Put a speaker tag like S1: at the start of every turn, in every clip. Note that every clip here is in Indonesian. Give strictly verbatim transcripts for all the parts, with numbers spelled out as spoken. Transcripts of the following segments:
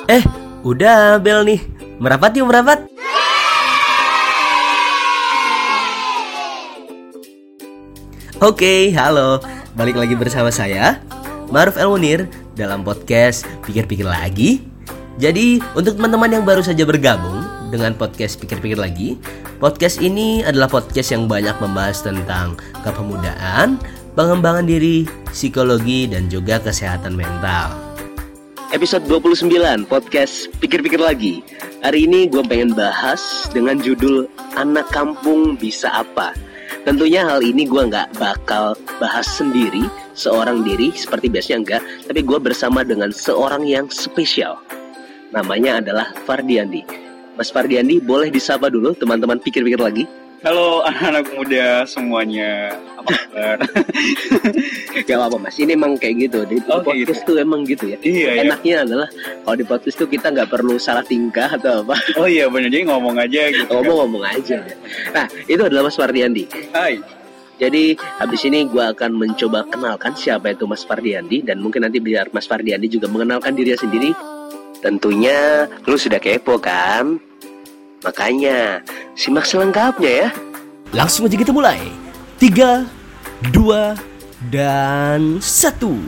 S1: Eh, udah bel nih. Merapat yuk merapat. Oke, halo. Balik lagi bersama saya, Ma'ruf El Munir, dalam podcast Pikir-Pikir Lagi. Jadi, untuk teman-teman yang baru saja bergabung dengan podcast Pikir-Pikir Lagi, podcast ini adalah podcast yang banyak membahas tentang kepemudaan, pengembangan diri, psikologi, dan juga kesehatan mental. Episode dua puluh sembilan podcast Pikir-Pikir Lagi. Hari ini gue pengen bahas dengan judul Anak Kampung Bisa Apa. Tentunya hal ini gue gak bakal bahas sendiri, seorang diri seperti biasanya enggak, tapi gue bersama dengan seorang yang spesial. Namanya adalah Fardiandi. Mas Fardiandi, boleh disapa dulu teman-teman Pikir-Pikir Lagi?
S2: Halo anak-anak muda semuanya, apa kabar?
S1: Gak apa-apa mas, ini emang kayak gitu. Di
S2: Oh,
S1: podcast
S2: gitu.
S1: tuh emang gitu ya.
S2: Iya,
S1: Enaknya iya. adalah kalau di podcast tuh kita gak perlu salah tingkah atau apa.
S2: Oh iya bener, jadi ngomong aja gitu.
S1: Ngomong-ngomong aja. Nah, itu adalah Mas Fardiandi.
S2: Hai.
S1: Jadi habis ini gue akan mencoba kenalkan siapa itu Mas Fardiandi. Dan mungkin nanti biar Mas Fardiandi juga mengenalkan dirinya sendiri. Tentunya lu sudah kepo kan? Makanya simak selengkapnya ya. Langsung aja kita mulai. Tiga, dua, dan satu.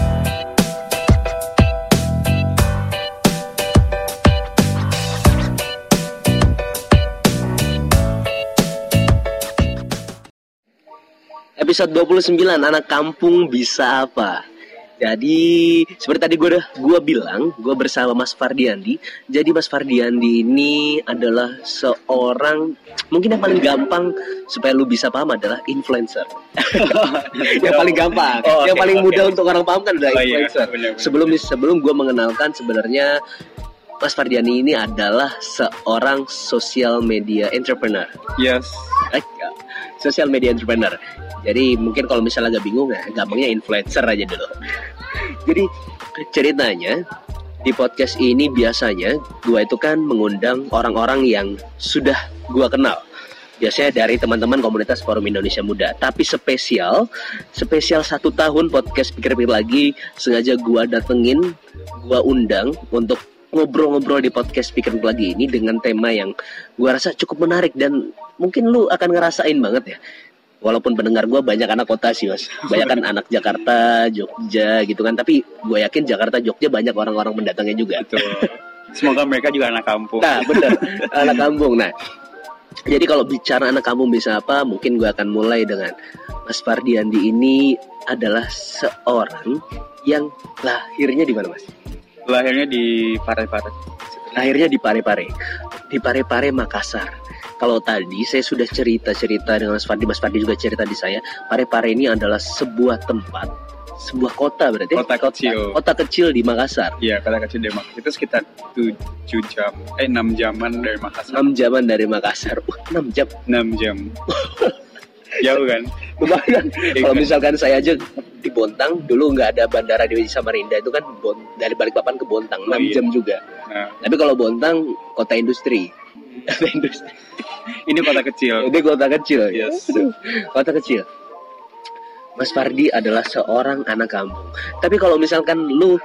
S1: Episode dua puluh sembilan, Anak Kampung Bisa Apa. Jadi seperti tadi gue udah gue bilang, gue bersama Mas Fardiandi. Jadi Mas Fardiandi ini adalah seorang, mungkin yang paling gampang supaya lu bisa paham adalah influencer. Yang paling gampang,
S2: oh,
S1: yang
S2: okay,
S1: paling
S2: okay.
S1: mudah untuk orang paham kan adalah
S2: Oh,
S1: influencer.
S2: iya, bener, bener.
S1: Sebelum sebelum gue mengenalkan sebenarnya Mas Fardiandi ini adalah seorang social media entrepreneur.
S2: Yes.
S1: Like, social media entrepreneur. Jadi mungkin kalau misalnya agak bingung ya, gampangnya influencer aja dulu. Jadi ceritanya di podcast ini biasanya gue itu kan mengundang orang-orang yang sudah gue kenal. Biasanya dari teman-teman komunitas Forum Indonesia Muda. Tapi spesial, spesial satu tahun podcast Pikir-Pikir Lagi sengaja gue datengin, gue undang untuk ngobrol-ngobrol di podcast Pikir-Pikir Lagi ini dengan tema yang gue rasa cukup menarik dan mungkin lu akan ngerasain banget ya. Walaupun pendengar gue banyak anak kota sih mas, banyak kan anak Jakarta, Jogja gitu kan. Tapi gue yakin Jakarta, Jogja banyak orang-orang pendatangnya juga.
S2: Betul. Semoga mereka juga anak kampung.
S1: Nah benar, anak kampung. Nah jadi kalau bicara anak kampung bisa apa, mungkin gue akan mulai dengan Mas Fardiandi ini adalah seorang yang lahirnya di mana mas?
S2: Lahirnya di Parepare.
S1: Lahirnya di Parepare, di Parepare Makassar. Kalau tadi saya sudah cerita-cerita dengan Mas Fardi, Mas Fardi juga cerita di saya, Parepare ini adalah sebuah tempat, sebuah kota berarti.
S2: Kota kecil.
S1: Kota kecil di Makassar.
S2: Iya, kota kecil dari Makassar. Itu sekitar tujuh jam, eh enam jaman dari Makassar.
S1: enam jaman dari Makassar. Uh, enam jam.
S2: enam jam. Jauh kan?
S1: Lumayan. Kalau misalkan saya aja di Bontang, dulu nggak ada bandara di Samarinda, itu kan bon- dari Balikpapan ke Bontang, enam
S2: Oh, iya.
S1: jam juga.
S2: Nah,
S1: Tapi kalau Bontang, kota industri. Kota industri.
S2: ini kota kecil.
S1: Ini kota kecil.
S2: Yes.
S1: Kota kecil. Mas Fardi adalah seorang anak kampung. Tapi kalau misalkan lu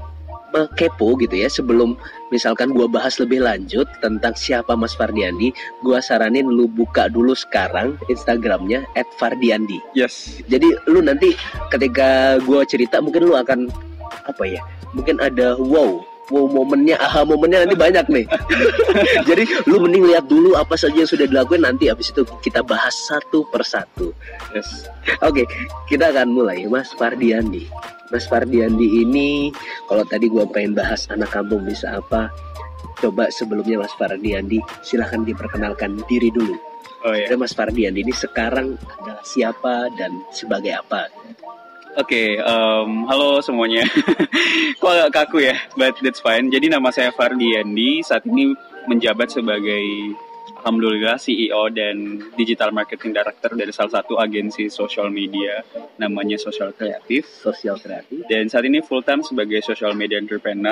S1: kepo gitu ya, sebelum misalkan gua bahas lebih lanjut tentang siapa Mas Fardiandi, gua saranin lu buka dulu sekarang Instagramnya et fardiandi.
S2: Yes.
S1: Jadi lu nanti ketika gua cerita mungkin lu akan apa ya? Mungkin ada wow, wow momennya, aha momennya nanti banyak nih. Jadi lu mending lihat dulu apa saja yang sudah dilakukan, nanti habis itu kita bahas satu persatu.
S2: Yes.
S1: Oke, kita akan mulai. Mas Fardiandi. Mas Fardiandi ini, kalau tadi gue pengen bahas anak kampung bisa apa, coba sebelumnya Mas Fardiandi silahkan diperkenalkan diri dulu.
S2: Oh iya.
S1: Dan Mas Fardiandi ini sekarang adalah siapa dan sebagai apa?
S2: Oke, okay, um, halo semuanya. Kok agak kaku ya, but that's fine. Jadi nama saya Fardiandi, saat ini menjabat sebagai alhamdulillah C E O dan Digital Marketing Director dari salah satu agensi social media namanya Social Kreatif.
S1: Sosial kreatif.
S2: Dan saat ini full time sebagai social media entrepreneur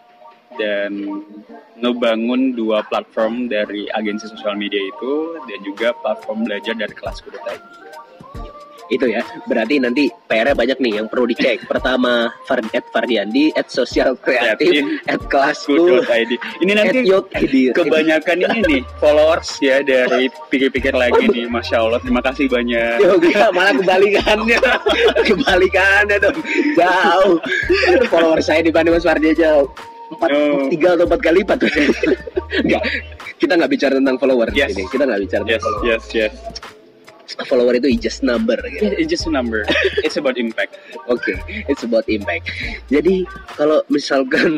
S2: dan ngebangun dua platform dari agensi social media itu dan juga platform belajar dari kelas kuda tadi.
S1: Itu ya, berarti nanti P R-nya banyak nih yang perlu dicek. Pertama, Fard at Fardiandi, at sosial kreatif, at kelasku,
S2: ini nanti kebanyakan ini nih followers ya dari pikir-pikir lagi nih, masya Allah, terima kasih banyak.
S1: Yo, gila, malah kebalikannya, kebalikannya dong, jauh. Follower saya dibanding Mas Fardi jauh, empat, oh. tiga atau empat kali lipat. Enggak, kita nggak bicara tentang follower
S2: yes.
S1: ini, kita nggak bicara
S2: yes,
S1: tentang follower.
S2: Yes, yes.
S1: Follower itu just number gitu.
S2: Yeah, it's just a number. It's about impact.
S1: Oke, okay, it's about impact. Jadi kalau misalkan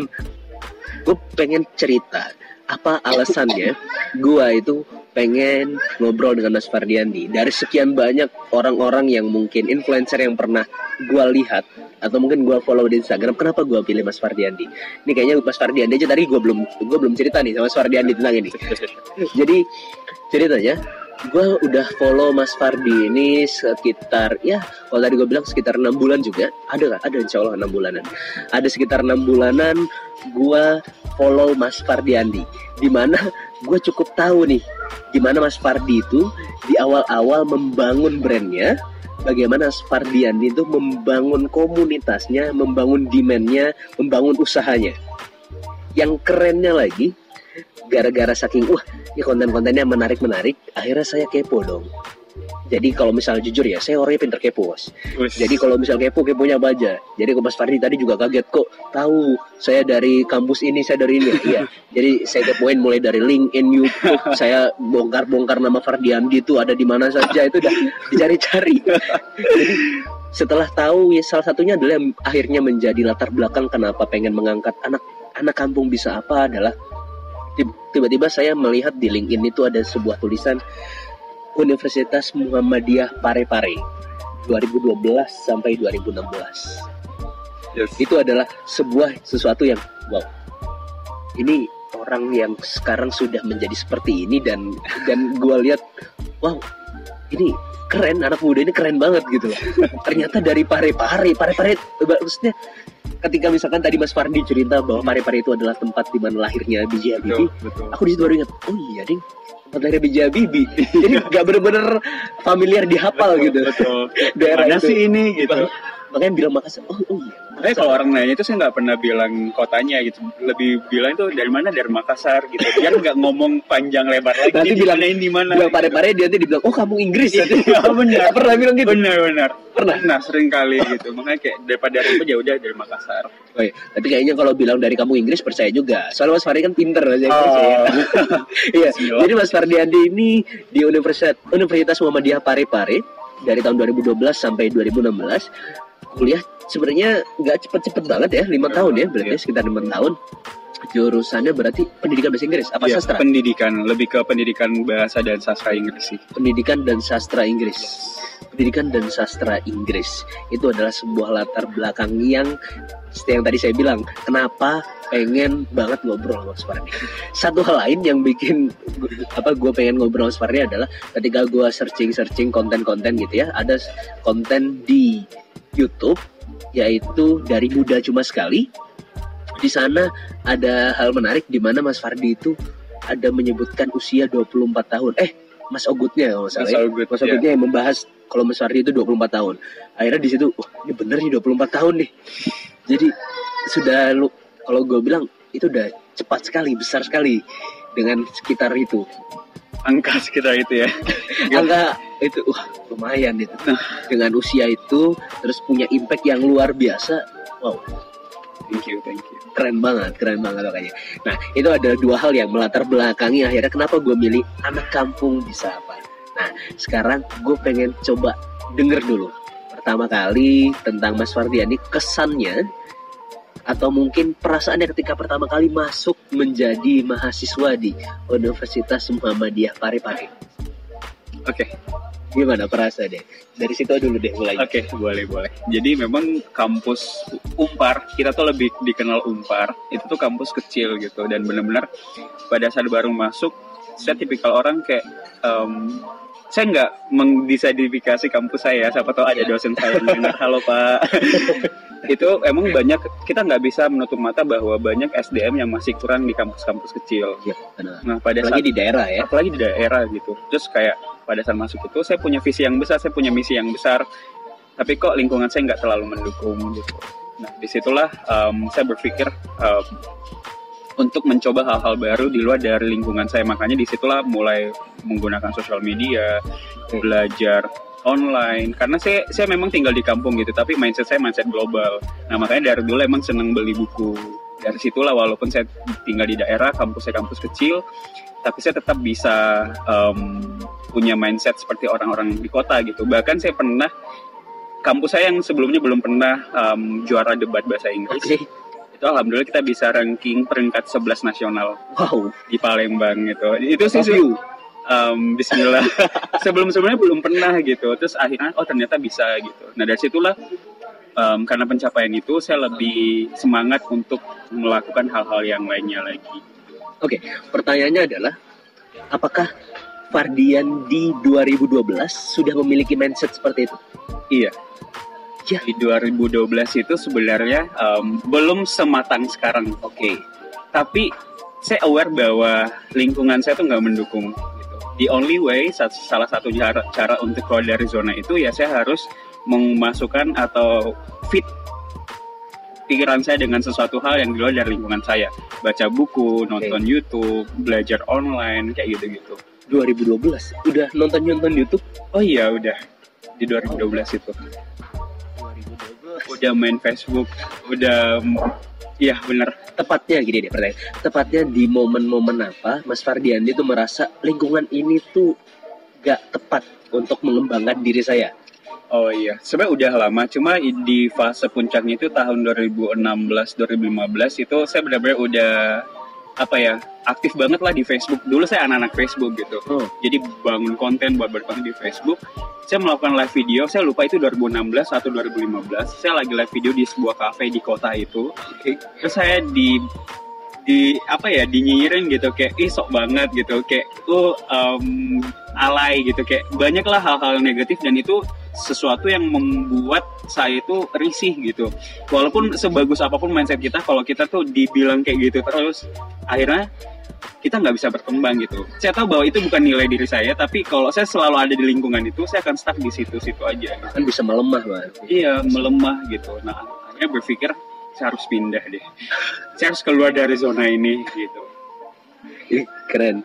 S1: gue pengen cerita apa alasannya gue itu pengen ngobrol dengan Mas Fardiandi. Dari sekian banyak orang-orang yang mungkin influencer yang pernah gue lihat atau mungkin gue follow di Instagram, kenapa gue pilih Mas Fardiandi? Ini kayaknya Mas Fardiandi aja tadi gue belum gue belum cerita nih sama Mas Fardiandi tentang ini. Jadi ceritanya, gue udah follow Mas Fardi ini sekitar, ya kalau tadi gue bilang sekitar enam bulan juga. Ada gak? Ada, insya Allah enam bulanan. Ada sekitar enam bulanan gue follow Mas Fardiandi, dimana gue cukup tahu nih gimana Mas Fardi itu di awal-awal membangun brandnya, bagaimana Mas Fardiandi itu membangun komunitasnya, membangun demand-nya, membangun usahanya. Yang kerennya lagi, gara-gara saking wah ini konten-kontennya menarik-menarik, akhirnya saya kepo dong. Jadi kalau misalnya jujur ya, saya orangnya pinter kepo, Mas. Jadi kalau misal kepo, keponya apa aja. Jadi Mas Fardi tadi juga kaget kok tahu saya dari kampus ini, saya dari ini. Iya. Jadi saya kepoin mulai dari LinkedIn, YouTube, saya bongkar-bongkar nama Fardiandi itu ada di mana saja, itu udah dicari-cari. Jadi setelah tahu ya, salah satunya adalah yang akhirnya menjadi latar belakang kenapa pengen mengangkat anak anak kampung bisa apa adalah tiba-tiba saya melihat di LinkedIn itu ada sebuah tulisan Universitas Muhammadiyah Parepare dua ribu dua belas sampai dua ribu enam belas. Yes. Itu adalah sebuah sesuatu yang wow. Ini orang yang sekarang sudah menjadi seperti ini dan dan gue lihat wow, ini keren, anak muda ini keren banget gitu loh. Ternyata dari Parepare, Parepare maksudnya ketika misalkan tadi Mas Fardi cerita bahwa Parepare itu adalah tempat di mana lahirnya B J Habibie, aku di situ baru ingat, oh iya ding, tempat lahirnya B J Habibie. Jadi nggak bener-bener familiar dihafal gitu.
S2: Betul.
S1: Daerah
S2: mana sih ini gitu.
S1: Makanya bilang Makassar, oh, oh iya.
S2: Makanya kalau orang nanya itu saya nggak pernah bilang kotanya gitu, lebih bilang itu dari mana, dari Makassar gitu. Dia nggak ngomong panjang lebar lagi.
S1: Nanti bilang
S2: di mana?
S1: Bilang Parepare, dia nanti dibilang, oh kamu Inggris ya.
S2: Iya benar.
S1: Pernah bilang gitu.
S2: Benar-benar.
S1: Pernah.
S2: Nah sering kali gitu. Makanya kayak daripada dari ya udah dari Makassar.
S1: Oh iya. Tapi kayaknya kalau bilang dari kamu Inggris percaya juga. Soalnya Mas Fardi kan pinter aja.
S2: Oh.
S1: Iya. Jadi Mas Fardiandi ini di Universitas Universitas Muhammadiyah Parepare dari tahun dua ribu dua belas sampai dua ribu enam belas. Kuliah sebenarnya nggak cepet-cepet banget ya, lima tahun ya, berarti ya. Sekitar lima tahun. Jurusannya berarti pendidikan bahasa Inggris, apa ya, sastra?
S2: Pendidikan, lebih ke pendidikan bahasa dan sastra Inggris sih.
S1: Pendidikan dan sastra Inggris. Pendidikan dan sastra Inggris itu adalah sebuah latar belakang yang seperti yang tadi saya bilang, kenapa pengen banget ngobrol sama Mas Fardi. Satu hal lain yang bikin apa gue pengen ngobrol sama Mas Fardi adalah ketika gue searching-searching konten-konten gitu ya, ada konten di YouTube yaitu dari Muda Cuma Sekali. Di sana ada hal menarik di mana Mas Fardi itu ada menyebutkan usia dua puluh empat tahun. Eh, Mas Ogutnya kalau Mas
S2: Ogut,
S1: Mas Ogutnya ya. Yang membahas kalau Mas Fardi itu dua puluh empat tahun. Akhirnya di situ, oh, ini bener nih dua puluh empat tahun nih. Jadi sudah lu kalau gue bilang itu udah cepat sekali, besar sekali dengan sekitar itu.
S2: Angka sekitar itu ya.
S1: Angka itu wah lumayan itu. Dengan usia itu terus punya impact yang luar biasa. Wow.
S2: Thank you, thank you.
S1: Keren banget, keren banget makanya. Nah, itu ada dua hal yang melatar belakangi akhirnya kenapa gue milih anak kampung bisa apa. Nah, sekarang gue pengen coba denger dulu pertama kali tentang Mas Fardiandi, kesannya atau mungkin perasaannya ketika pertama kali masuk menjadi mahasiswa di Universitas Muhammadiyah Parepare.
S2: Oke. Okay.
S1: Gimana perasaannya? Dari situ dulu deh mulai.
S2: Oke, okay, boleh, boleh. Jadi memang kampus Unpar, kita tuh lebih dikenal Unpar, itu tuh kampus kecil gitu. Dan benar-benar pada saat baru masuk, saya tipikal orang kayak, um, saya nggak mengidentifikasi kampus saya, siapa tahu ada dosen saya yang dengar, halo Pak. Itu emang banyak, kita nggak bisa menutup mata bahwa banyak S D M yang masih kurang di kampus-kampus kecil.
S1: Ya, benar.
S2: Nah, pada
S1: apalagi
S2: saat,
S1: di daerah ya.
S2: Apalagi di daerah gitu. Terus kayak pada saat masuk itu saya punya visi yang besar, saya punya misi yang besar, tapi kok lingkungan saya nggak terlalu mendukung gitu. Nah disitulah um, saya berpikir um, untuk mencoba hal-hal baru di luar dari lingkungan saya. Makanya disitulah mulai menggunakan sosial media, belajar online. Karena saya saya memang tinggal di kampung gitu, tapi mindset saya mindset global. Nah makanya dari dulu emang seneng beli buku. Dari situlah walaupun saya tinggal di daerah, kampus saya kampus kecil, tapi saya tetap bisa um, punya mindset seperti orang-orang di kota gitu. Bahkan saya pernah, kampus saya yang sebelumnya belum pernah um, juara debat bahasa Inggris. Okay. Itu alhamdulillah kita bisa ranking peringkat sebelas nasional. Wow, di Palembang gitu. Itu sih um, bismillah. Sebelum-sebelumnya belum pernah gitu. Terus akhirnya oh ternyata bisa gitu. Nah dari situlah um, karena pencapaian itu saya lebih semangat untuk melakukan hal-hal yang lainnya lagi.
S1: Oke, pertanyaannya adalah apakah Fardian di dua ribu dua belas sudah memiliki mindset seperti itu?
S2: Iya. Ya. Di dua ribu dua belas itu sebenarnya um, belum sematang sekarang, oke. Okay. Tapi saya aware bahwa lingkungan saya tuh nggak mendukung. Gitu. The only way, salah satu cara, cara untuk keluar dari zona itu ya saya harus memasukkan atau fit pikiran saya dengan sesuatu hal yang di luar dari lingkungan saya. Baca buku, nonton okay. YouTube, belajar online, kayak gitu-gitu.
S1: dua ribu dua belas udah nonton-nonton YouTube?
S2: Oh iya udah di dua ribu dua belas itu. Udah main Facebook, udah, iya benar.
S1: Tepatnya gini deh pertanyaan, tepatnya di momen-momen apa Mas Fardian itu merasa lingkungan ini tuh gak tepat untuk mengembangkan diri saya?
S2: Oh iya, sebenarnya udah lama, cuma di fase puncaknya itu tahun dua ribu enam belas dua ribu lima belas itu saya benar-benar udah apa ya, aktif banget lah di Facebook. Dulu saya anak-anak Facebook gitu. Oh. Jadi bangun konten buat berkonten di Facebook. Saya melakukan live video, saya lupa itu dua ribu enam belas atau dua ribu lima belas. Saya lagi live video di sebuah cafe di kota itu. Okay. Terus saya di di apa ya, dinyinyirin gitu kayak ih sok banget gitu, kayak lu um, alay gitu, kayak banyak lah hal-hal negatif, dan itu sesuatu yang membuat saya itu risih gitu. Walaupun sebagus apapun mindset kita, kalau kita tuh dibilang kayak gitu terus, akhirnya kita nggak bisa berkembang gitu. Saya tahu bahwa itu bukan nilai diri saya, tapi kalau saya selalu ada di lingkungan itu, saya akan stuck di situ-situ aja. Gitu.
S1: Kan bisa melemah, Bang.
S2: Iya, melemah gitu. Nah, akhirnya berpikir saya harus pindah deh. Saya harus keluar dari zona ini gitu.
S1: Ini keren.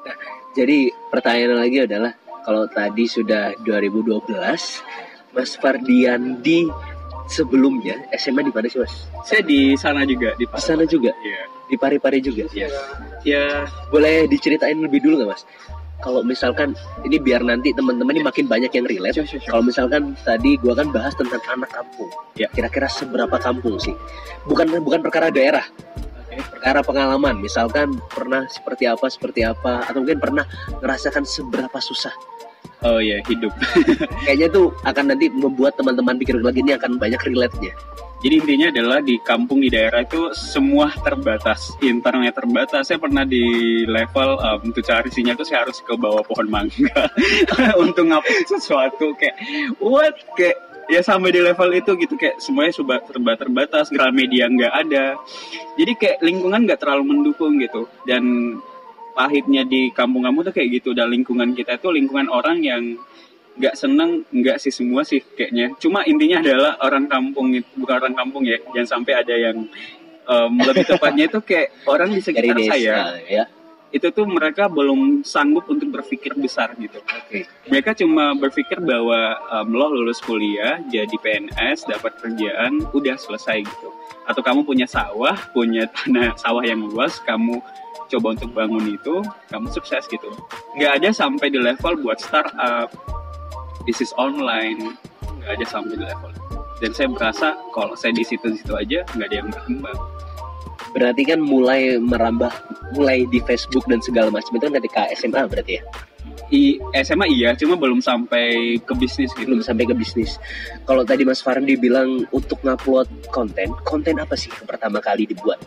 S1: Jadi pertanyaan lagi adalah, kalau tadi sudah dua ribu dua belas, Mas Fardian di sebelumnya S M A di mana sih, Mas?
S2: Saya di sana juga, di
S1: Pari. Sana juga?
S2: Iya.
S1: Di Pari-Pari juga?
S2: Iya. Ya,
S1: boleh diceritain lebih dulu nggak, Mas? Kalau misalkan ini biar nanti teman-teman ini makin banyak yang relate. Sure, sure, sure. Kalau misalkan tadi gua kan bahas tentang anak kampung. Ya. Kira-kira seberapa kampung sih? Bukan bukan perkara daerah. Perkara pengalaman, misalkan pernah seperti apa, seperti apa, atau mungkin pernah merasakan seberapa susah.
S2: Oh iya, hidup.
S1: Kayaknya tuh akan nanti membuat teman-teman pikir lagi ini akan banyak relate-nya.
S2: Jadi intinya adalah di kampung, di daerah itu semua terbatas, internet terbatas. Saya pernah di level um, untuk cari sinyal tuh saya harus ke bawah pohon mangga untuk ngupload sesuatu kayak what, kayak ya sampai di level itu gitu, kayak semuanya serba terba terbatas, Gramedia nggak ada, jadi kayak lingkungan nggak terlalu mendukung gitu. Dan pahitnya di kampung-kampung tuh kayak gitu, dan lingkungan kita itu lingkungan orang yang nggak seneng, nggak sih semua sih kayaknya, cuma intinya adalah orang kampung, bukan orang kampung ya, jangan sampai ada yang um, lebih tepatnya itu kayak orang di sekitar desa, saya ya. Itu tuh mereka belum sanggup untuk berpikir besar gitu. Okay. Mereka cuma berpikir bahwa um, lo lulus kuliah, jadi P N S, dapat kerjaan, udah selesai gitu. Atau kamu punya sawah, punya tanah sawah yang luas, kamu coba untuk bangun itu, kamu sukses gitu. Nggak ada sampai di level buat startup, bisnis online, nggak ada sampai di level. Dan saya merasa kalau saya di situ-situ aja, nggak ada yang berkembang.
S1: Berarti kan mulai merambah, mulai di Facebook dan segala macam itu kan ketika S M A berarti ya?
S2: I, S M A iya, cuma belum sampai ke bisnis gitu.
S1: Belum sampai ke bisnis. Kalau tadi Mas Fardi bilang untuk ngupload konten, konten apa sih yang pertama kali dibuat?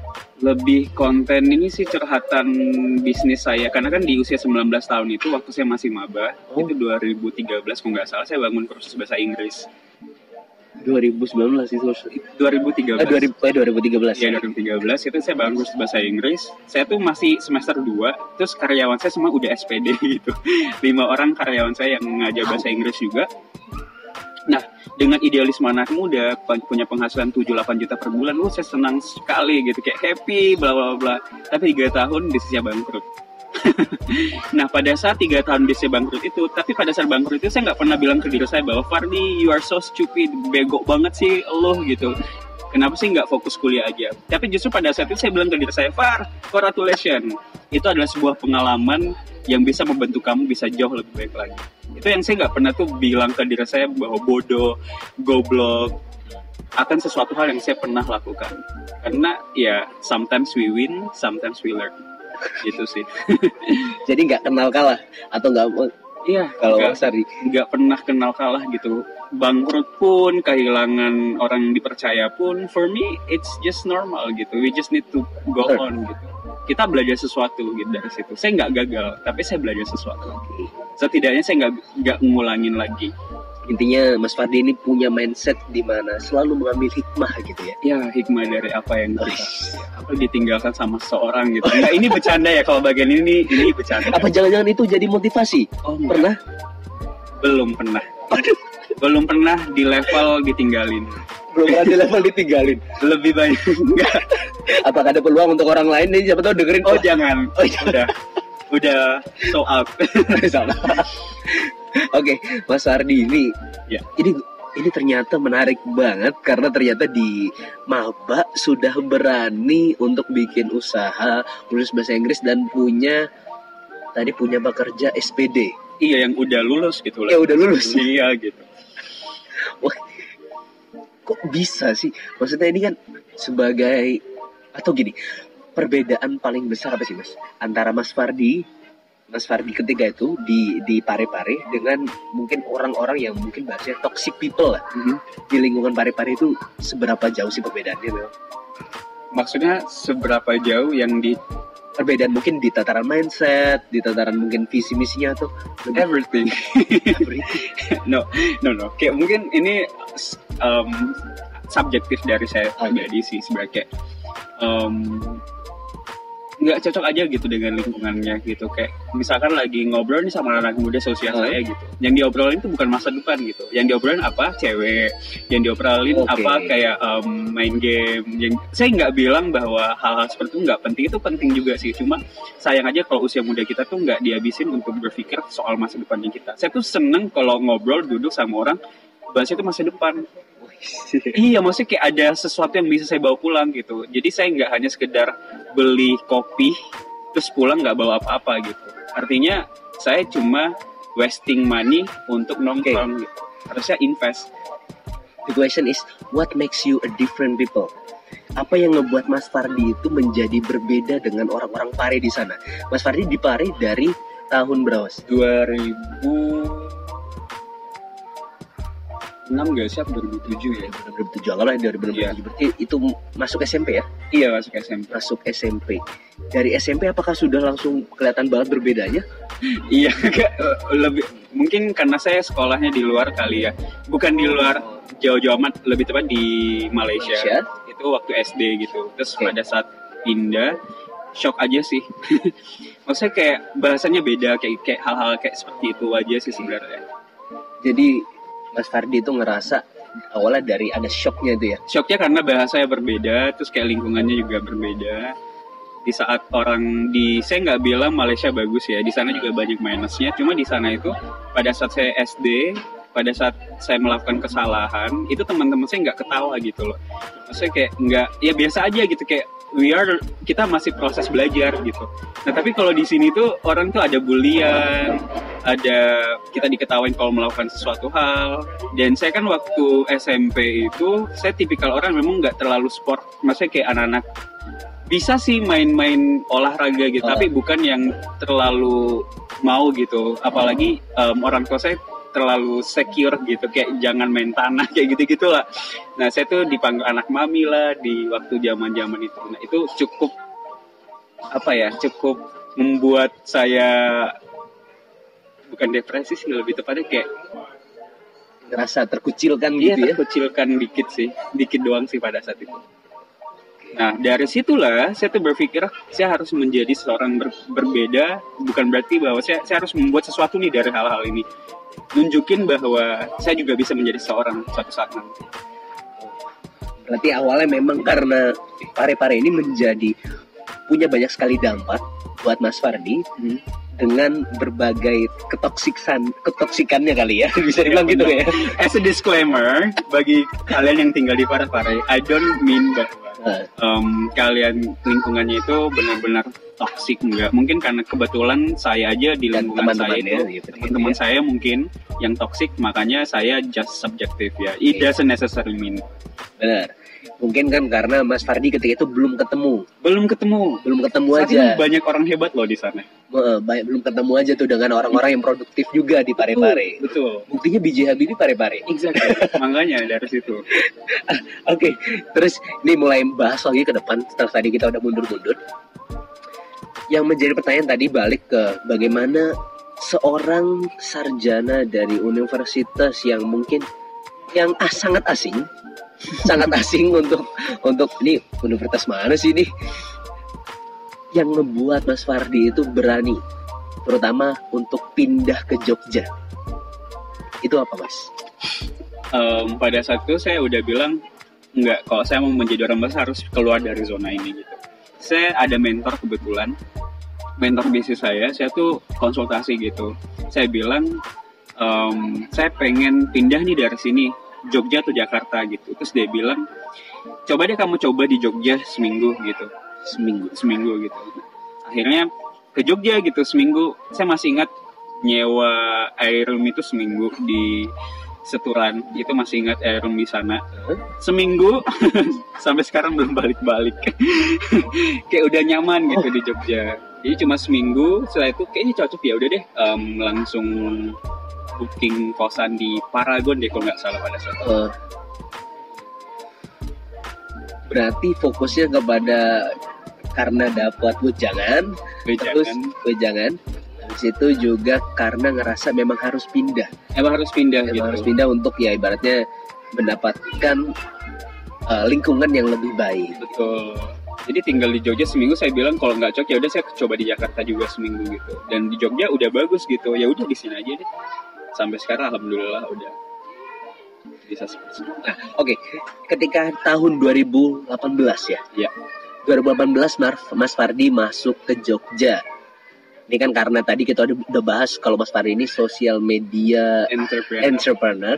S2: Lebih konten ini sih curhatan bisnis saya, karena kan di usia sembilan belas tahun itu waktu saya masih maba, oh. Itu dua ribu tiga belas kalau nggak salah saya bangun kursus bahasa Inggris.
S1: dua ribu sembilan belas itu
S2: dua ribu tiga belas.
S1: Eh, dua ribu, eh, dua ribu tiga belas.
S2: Ya, dua ribu tiga belas itu saya baru bahasa Inggris. Saya tuh masih semester dua, terus karyawan saya semua udah S P D gitu. Lima orang karyawan saya yang ngajar bahasa Inggris juga. Nah, dengan idealisme anak muda punya penghasilan tujuh delapan juta per bulan, lu saya senang sekali gitu, kayak happy bla bla bla. Tapi tiga tahun bisnisnya bangkrut. Nah, pada saat tiga tahun bisnisnya bangkrut itu, tapi pada saat bangkrut itu saya nggak pernah bilang ke diri saya bahwa Fardi, you are so stupid, bego banget sih lo gitu. Kenapa sih nggak fokus kuliah aja? Tapi justru pada saat itu saya bilang ke diri saya, Far, congratulations. Itu adalah sebuah pengalaman yang bisa membentuk kamu bisa jauh lebih baik lagi. Itu yang saya nggak pernah tuh bilang ke diri saya bahwa bodoh, goblok, akan sesuatu hal yang saya pernah lakukan. Karena ya, sometimes we win, sometimes we learn. Gitu sih.
S1: Jadi nggak kenal kalah atau nggak?
S2: Iya.
S1: Kalau Mas Fardi
S2: nggak pernah kenal kalah gitu. Bangkrut pun, kehilangan orang yang dipercaya pun, for me it's just normal gitu. We just need to go on gitu. Kita belajar sesuatu gitu dari situ. Saya nggak gagal, tapi saya belajar sesuatu. Setidaknya saya nggak nggak ngulangin lagi.
S1: Intinya Mas Fardi ini punya mindset di mana selalu mengambil hikmah gitu ya.
S2: Ya, hikmah dari apa yang kita apa ditinggalkan sama seorang gitu. Enggak, ini bercanda ya kalau bagian ini ini bercanda.
S1: Apa jangan-jangan itu jadi motivasi?
S2: Oh,
S1: pernah?
S2: Belum pernah.
S1: Aduh.
S2: Belum pernah di level ditinggalin.
S1: Belum pernah di level ditinggalin.
S2: Lebih banyak enggak.
S1: Apakah ada peluang untuk orang lain nih, siapa tahu dengerin?
S2: Oh, jangan.
S1: Oh, iya.
S2: Udah. Udah so out.
S1: Oke, Mas Fardi ini
S2: ya.
S1: Ini ini ternyata menarik banget karena ternyata di maba sudah berani untuk bikin usaha lulus bahasa Inggris dan punya tadi punya pekerja S P D.
S2: Iya, yang udah lulus gitu
S1: lah. Ya udah lulus.
S2: Iya gitu.
S1: Wah, kok bisa sih? Maksudnya ini kan sebagai atau gini, perbedaan paling besar apa sih Mas antara Mas Fardi Mas Fardi ketika itu di di Pare-Pare dengan mungkin orang-orang yang mungkin bahasanya toxic people lah, mm-hmm. di lingkungan Pare-Pare itu seberapa jauh sih perbedaannya memang?
S2: Maksudnya seberapa jauh yang di
S1: perbedaan mungkin di tataran mindset, di tataran mungkin visi misinya atau
S2: everything.
S1: Everything.
S2: no, no, no. Kayak mungkin ini um, subjektif dari saya pribadi sih sebenarnya kayak um, nggak cocok aja gitu dengan lingkungannya gitu. Kayak misalkan lagi ngobrol nih sama anak muda sosial uh. saya gitu, yang diobrolin itu bukan masa depan gitu, yang diobrolin apa cewek, yang diobrolin okay. apa kayak um, main game. Yang saya nggak bilang bahwa hal-hal seperti itu nggak penting, itu penting juga sih, cuma sayang aja kalau usia muda kita tuh nggak dihabisin untuk berpikir soal masa depannya kita. Saya tuh seneng kalau ngobrol duduk sama orang bahas itu masa depan. Iya, maksudnya kayak ada sesuatu yang bisa saya bawa pulang gitu. Jadi saya nggak hanya sekedar beli kopi terus pulang nggak bawa apa-apa gitu. Artinya saya cuma wasting money untuk nongkrong okay. gitu. Harusnya invest.
S1: The question is, what makes you a different people? Apa yang ngebuat Mas Fardi itu menjadi berbeda dengan orang-orang Pare di sana? Mas Fardi di Pare dari tahun berapa?
S2: dua ribu enam gak sih? dua ribu tujuh ya?
S1: dua ribu tujuh, kalau dua ribu tujuh yeah. Berarti itu masuk S M P ya?
S2: Iya, masuk S M P.
S1: Masuk S M P. Dari S M P apakah sudah langsung kelihatan banget berbedanya?
S2: Iya, lebih mungkin karena saya sekolahnya di luar kali ya. Bukan di luar, jauh-jauh amat, lebih tepat di Malaysia. Malaysia? Itu waktu S D gitu. Terus okay. pada saat pindah, shock aja sih. Maksudnya kayak bahasanya beda, kayak, kayak hal-hal kayak seperti itu aja sih sebenarnya.
S1: Jadi Mas Fardi itu ngerasa awalnya dari ada shocknya itu ya?
S2: Shocknya karena bahasanya berbeda, terus kayak lingkungannya juga berbeda. Di saat orang di, saya nggak bilang Malaysia bagus ya, di sana juga banyak minusnya. Cuma di sana itu pada saat saya S D, pada saat saya melakukan kesalahan, itu teman-teman saya nggak ketawa gitu loh. Maksudnya kayak nggak, ya biasa aja gitu, kayak we are, kita masih proses belajar gitu. Nah tapi kalau di sini tuh orang tuh ada bulian, ada kita diketawain kalau melakukan sesuatu hal. Dan saya kan waktu S M P itu saya tipikal orang memang nggak terlalu sport, maksudnya kayak anak-anak bisa sih main-main olahraga gitu, oh. tapi bukan yang terlalu mau gitu. Apalagi um, orang tua saya terlalu secure gitu, kayak jangan main tanah kayak gitu-gitu lah. Nah saya tuh dipanggil anak mami lah di waktu zaman-zaman itu. Nah itu cukup apa ya, cukup membuat saya bukan depresi sih, lebih tepatnya kayak
S1: ngerasa terkucilkan
S2: Iya,
S1: gitu ya.
S2: terkucilkan dikit sih, dikit doang sih pada saat itu. Nah, dari situlah saya tuh berpikir saya harus menjadi seorang ber- berbeda, bukan berarti bahwa saya, saya harus membuat sesuatu nih dari hal-hal ini. Nunjukin bahwa saya juga bisa menjadi seorang suatu saat nanti.
S1: Berarti awalnya memang karena Pare-Pare ini menjadi punya banyak sekali dampak buat Mas Fardi
S2: Hmm.
S1: dengan berbagai ketoksikan ketoksikannya kali ya, bisa dibilang
S2: Ya,
S1: gitu
S2: benar.
S1: ya.
S2: As a disclaimer, bagi kalian yang tinggal di Pare-Pare, I don't mean bahwa
S1: Nah,
S2: um, kalian lingkungannya itu benar-benar toksik, enggak. Mungkin karena kebetulan saya aja di
S1: Dan
S2: lingkungan saya
S1: teman-temannya
S2: itu
S1: gitu,
S2: teman-teman
S1: gitu ya.
S2: saya mungkin yang toksik, makanya saya just subjective ya. It
S1: Iya.
S2: doesn't necessarily mean.
S1: benar. Mungkin kan karena Mas Fardi ketika itu belum ketemu,
S2: Belum ketemu.
S1: belum ketemu
S2: Saat
S1: aja.
S2: ini banyak orang hebat loh di sana.
S1: Eh, baik belum ketemu aja tuh dengan orang-orang yang produktif juga di Pare-Pare.
S2: Betul.
S1: Buktinya B J Habibie Pare-Pare.
S2: Exactly. Makanya dari situ.
S1: Oke, terus ini mulai bahas lagi ke depan setelah tadi kita udah mundur-mundur. Yang menjadi pertanyaan tadi balik ke bagaimana seorang sarjana dari universitas yang mungkin yang ah, sangat asing, sangat asing untuk untuk ini universitas mana sih ini? Yang ngebuat Mas Fardi itu berani, terutama untuk pindah ke Jogja. Itu apa, Mas?
S2: Um, pada saat itu saya udah bilang enggak, kalau saya mau menjadi orang besar harus keluar dari zona ini gitu. Saya ada mentor kebetulan, mentor bisnis saya, saya tuh konsultasi gitu. Saya bilang um, saya pengen pindah nih dari sini, Jogja atau Jakarta gitu. Terus dia bilang, coba deh kamu coba di Jogja seminggu gitu,
S1: Seminggu.
S2: seminggu gitu. Akhirnya ke Jogja gitu seminggu. Saya masih ingat nyewa airroom itu seminggu di Seturan, itu masih ingat airroom di sana. Seminggu sampai sekarang belum balik-balik. Kayak udah nyaman gitu di Jogja. Jadi cuma seminggu, setelah itu kayaknya cocok ya udah deh um, langsung booking kosan di Paragon deh kalau nggak salah pada saat itu.
S1: Uh, berarti fokusnya kepada karena dapat wejangan, terus
S2: Wejangan.
S1: wejangan. Habis itu juga karena ngerasa memang harus pindah,
S2: Emang harus pindah
S1: memang
S2: gitu.
S1: harus pindah untuk ya ibaratnya mendapatkan uh, lingkungan yang lebih baik.
S2: Betul. Jadi tinggal di Jogja seminggu, saya bilang kalau nggak cocok ya udah saya coba di Jakarta juga seminggu gitu. Dan di Jogja udah bagus gitu. Ya udah di sini aja deh. Sampai sekarang alhamdulillah udah bisa seperti itu.
S1: Nah, oke, ketika tahun dua ribu delapan belas ya,
S2: Ya.
S1: dua ribu delapan belas Mas, Mas Fardi masuk ke Jogja. Ini kan karena tadi kita udah, udah bahas kalau Mas Fardi ini sosial media
S2: Entrepreneur.
S1: entrepreneur,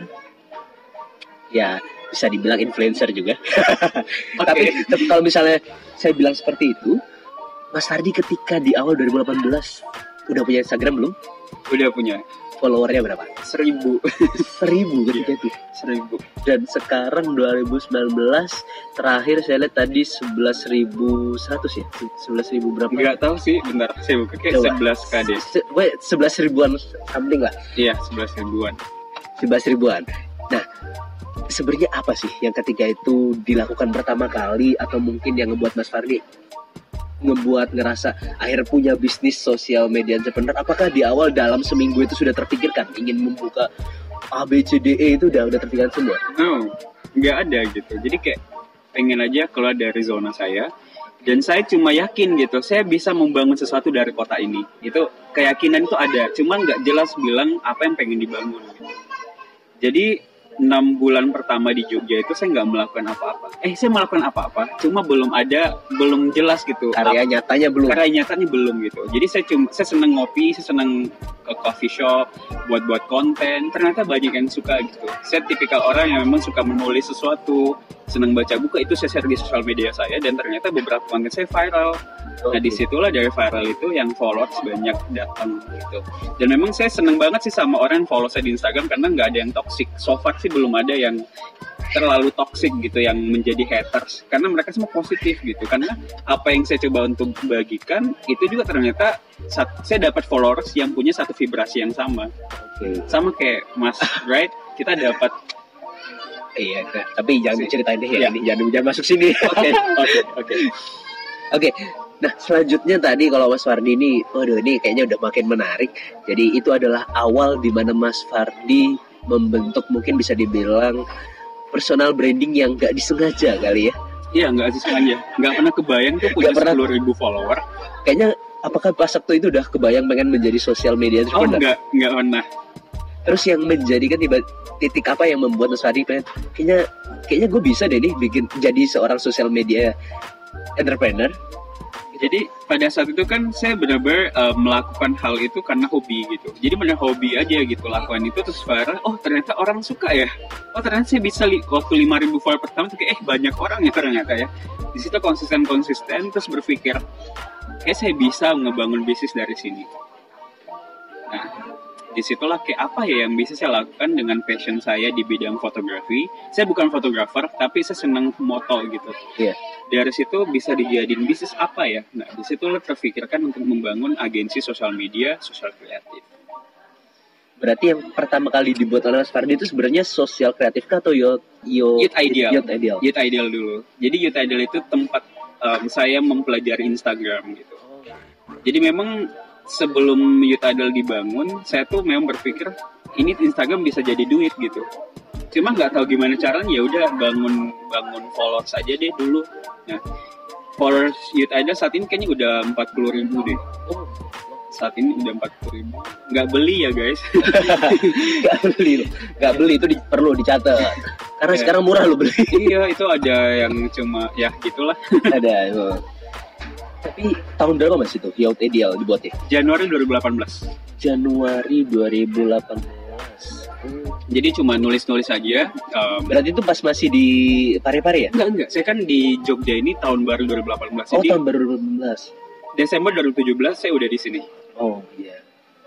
S1: ya bisa dibilang influencer juga.
S2: Oke.
S1: tapi, tapi kalau misalnya saya bilang seperti itu, Mas Fardi ketika di awal dua ribu delapan belas udah punya Instagram belum?
S2: Udah punya
S1: Followernya berapa?
S2: seribu.
S1: Seribu ketika
S2: Iya.
S1: itu.
S2: seribu.
S1: Dan sekarang dua ribu sembilan belas terakhir saya lihat tadi sebelas ribu seratus ya, sebelas ribu berapa?
S2: Nggak tahu sih, bentar saya buka kayak
S1: Coba.
S2: sebelas k deh.
S1: Se- weh, sebelas ribuan something lah,
S2: Iya, sebelas ribuan.
S1: sebelas ribuan. Nah, sebenarnya apa sih yang ketika itu dilakukan pertama kali atau mungkin yang ngebuat Mas Fardi ngebuat ngerasa akhir punya bisnis sosial media entrepreneur? Apakah di awal dalam seminggu itu sudah terpikirkan ingin membuka A B C D E itu udah udah terpikirkan semua?
S2: No, nggak ada gitu. Jadi kayak pengen aja keluar dari zona saya. Dan saya cuma yakin gitu, saya bisa membangun sesuatu dari kota ini. Itu keyakinan itu ada, cuma nggak jelas bilang apa yang pengen dibangun. Gitu. Jadi enam bulan pertama di Jogja itu saya nggak melakukan apa-apa. Eh, saya melakukan apa-apa, cuma belum ada, belum jelas gitu.
S1: Karya nyatanya belum.
S2: Karya nyatanya belum gitu. Jadi saya cuma saya seneng ngopi, saya seneng ke coffee shop, buat-buat konten. Ternyata banyak yang suka gitu. Saya tipikal orang yang memang suka menulis sesuatu, seneng baca buku, itu saya share di sosial media saya dan ternyata beberapa konten saya viral. Nah, disitulah dari viral itu yang followers banyak datang gitu. Dan memang saya seneng banget sih sama orang yang follow saya di Instagram karena nggak ada yang toxic. So far sih belum ada yang terlalu toxic gitu yang menjadi haters karena mereka semua positif gitu. Karena apa yang saya coba untuk bagikan itu juga ternyata sat- saya dapat followers yang punya satu vibrasi yang sama.
S1: Oke.
S2: Sama kayak Mas, right? Kita dapat.
S1: Iya, nah, tapi jangan diceritain deh ya,
S2: Iya.
S1: ini jangan jangan masuk sini.
S2: Oke, oke, oke.
S1: Oke, nah selanjutnya tadi kalau Mas Fardi ini, waduh ini kayaknya udah makin menarik. Jadi itu adalah awal di mana Mas Fardi membentuk mungkin bisa dibilang personal branding yang nggak disengaja kali ya.
S2: Iya, nggak disengaja, nggak pernah kebayang tuh punya sepuluh ribu follower.
S1: Kayaknya apakah pas waktu itu udah kebayang pengen menjadi sosial media
S2: entrepreneur? Oh nggak, nggak pernah.
S1: Terus yang menjadikan tiba titik apa yang membuat Mas Fardi pengen kayaknya kayaknya gue bisa deh nih bikin jadi seorang sosial media entrepreneur.
S2: Jadi pada saat itu kan saya benar-benar uh, melakukan hal itu karena hobi gitu. Jadi benar hobi aja gitu lakukan itu terus viral. Oh ternyata orang suka ya. Oh ternyata saya bisa li- waktu lima ribu follower pertama tuh kayak eh banyak orang ya ternyata ya. Di situ konsisten-konsisten terus berpikir kayak saya bisa ngebangun bisnis dari sini. Nah disitulah kayak apa ya yang bisa saya lakukan dengan passion saya di bidang fotografi. Saya bukan fotografer, tapi saya senang moto gitu.
S1: Iya. Yeah.
S2: Dari situ bisa dijadiin bisnis apa ya? Nah, disitulah terfikirkan untuk membangun agensi sosial media, sosial kreatif.
S1: Berarti yang pertama kali dibuat oleh Mas Fardi itu sebenarnya sosial kreatif kah atau yo yo
S2: Youth Ideal?
S1: Youth Ideal.
S2: Youth Ideal dulu. Jadi Youth Ideal itu tempat um, saya mempelajari Instagram gitu. Jadi memang sebelum Youth Ideal dibangun, saya tuh memang berpikir ini Instagram bisa jadi duit gitu. Cuma nggak tahu gimana caranya, ya udah bangun bangun followers aja deh dulu. Nah, followers Youth Ideal saat ini kayaknya udah empat puluh ribu deh. Oh, saat ini udah empat puluh ribu. Nggak beli ya guys?
S1: Nggak beli loh, nggak beli itu di, perlu dicatat. Karena yeah. Sekarang murah lo beli.
S2: Iya, itu ada yang cuma ya gitulah. Ada.
S1: Oh. Tapi tahun berapa Mas itu Youth Ideal dibuatnya?
S2: Januari dua ribu delapan belas.
S1: Januari dua ribu delapan belas.
S2: Hmm. Jadi cuma nulis-nulis aja. Um,
S1: Berarti itu pas masih di Parepare ya?
S2: Enggak, enggak. Saya kan di Jogja ini tahun baru dua ribu delapan belas.
S1: Oh,
S2: jadi,
S1: tahun baru dua ribu delapan belas.
S2: Desember dua ribu tujuh belas saya udah di sini.
S1: Oh, iya.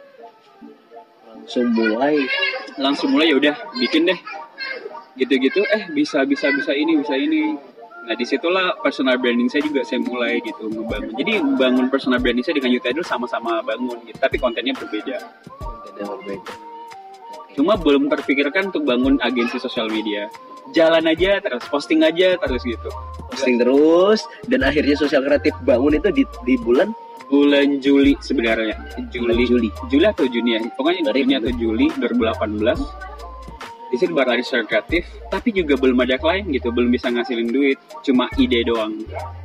S1: Langsung mulai.
S2: Langsung mulai ya udah bikin deh. Gitu-gitu eh bisa bisa bisa ini, bisa ini. Nah, disitulah personal branding saya juga saya mulai gitu ngebangun. Jadi bangun personal branding saya dengan Youth Ideal sama-sama bangun gitu, tapi kontennya berbeda.
S1: Kontennya berbeda.
S2: Cuma belum terpikirkan untuk bangun agensi sosial media. Jalan aja terus, posting aja terus gitu.
S1: Posting terus, dan akhirnya sosial kreatif bangun itu di, di bulan?
S2: Bulan Juli sebenarnya. Juli.
S1: Juli.
S2: Juli atau Juni ya? Pokoknya Juni atau Juli dua ribu delapan belas. Di sini baru ada sosial kreatif, tapi juga belum ada klien gitu, belum bisa ngasilin duit, cuma ide doang.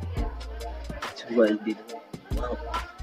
S1: Cuma ide. Wow.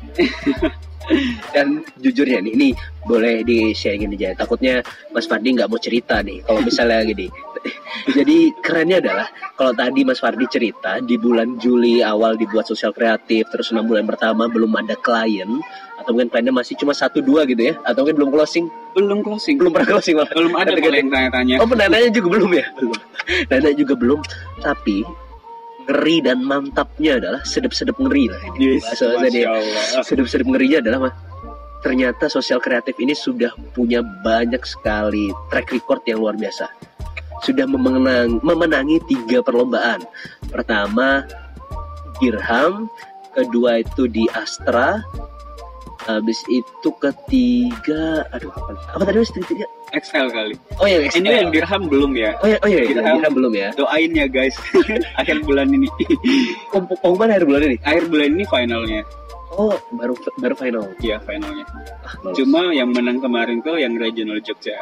S1: Dan jujur ya nih, ini boleh di-sharingin aja. Takutnya Mas Fardi nggak mau cerita nih, kalau misalnya gini. Jadi kerennya adalah kalau tadi Mas Fardi cerita di bulan Juli awal dibuat sosial kreatif, terus enam bulan pertama belum ada klien, atau mungkin kliennya masih cuma satu dua gitu ya, atau mungkin belum closing.
S2: Belum closing.
S1: Belum pernah closing malah.
S2: Belum ada yang tanya-tanya.
S1: Oh, pendananya juga belum ya? Belum. Dana juga belum, tapi ngeri dan mantapnya adalah sedep-sedep ngeri lah ini.
S2: Yes, Masya Allah.
S1: Sedep-sedep ngerinya adalah ternyata sosial kreatif ini sudah punya banyak sekali track record yang luar biasa. Sudah memenang, memenangi tiga perlombaan. Pertama Dirham, kedua itu di Astra, habis itu ketiga, aduh apa, apa tadi mas ketiga?
S2: X L kali.
S1: Oh ya, X L.
S2: Ini yang Dirham belum ya?
S1: Oh ya, oh ya,
S2: Dirham,
S1: Dirham belum ya.
S2: Doain ya guys, akhir bulan ini.
S1: Oh, pengumuman akhir bulan ini?
S2: Akhir bulan ini finalnya.
S1: Oh, baru baru final.
S2: Iya, finalnya.
S1: Ah,
S2: cuma yang menang kemarin tuh yang regional Jogja.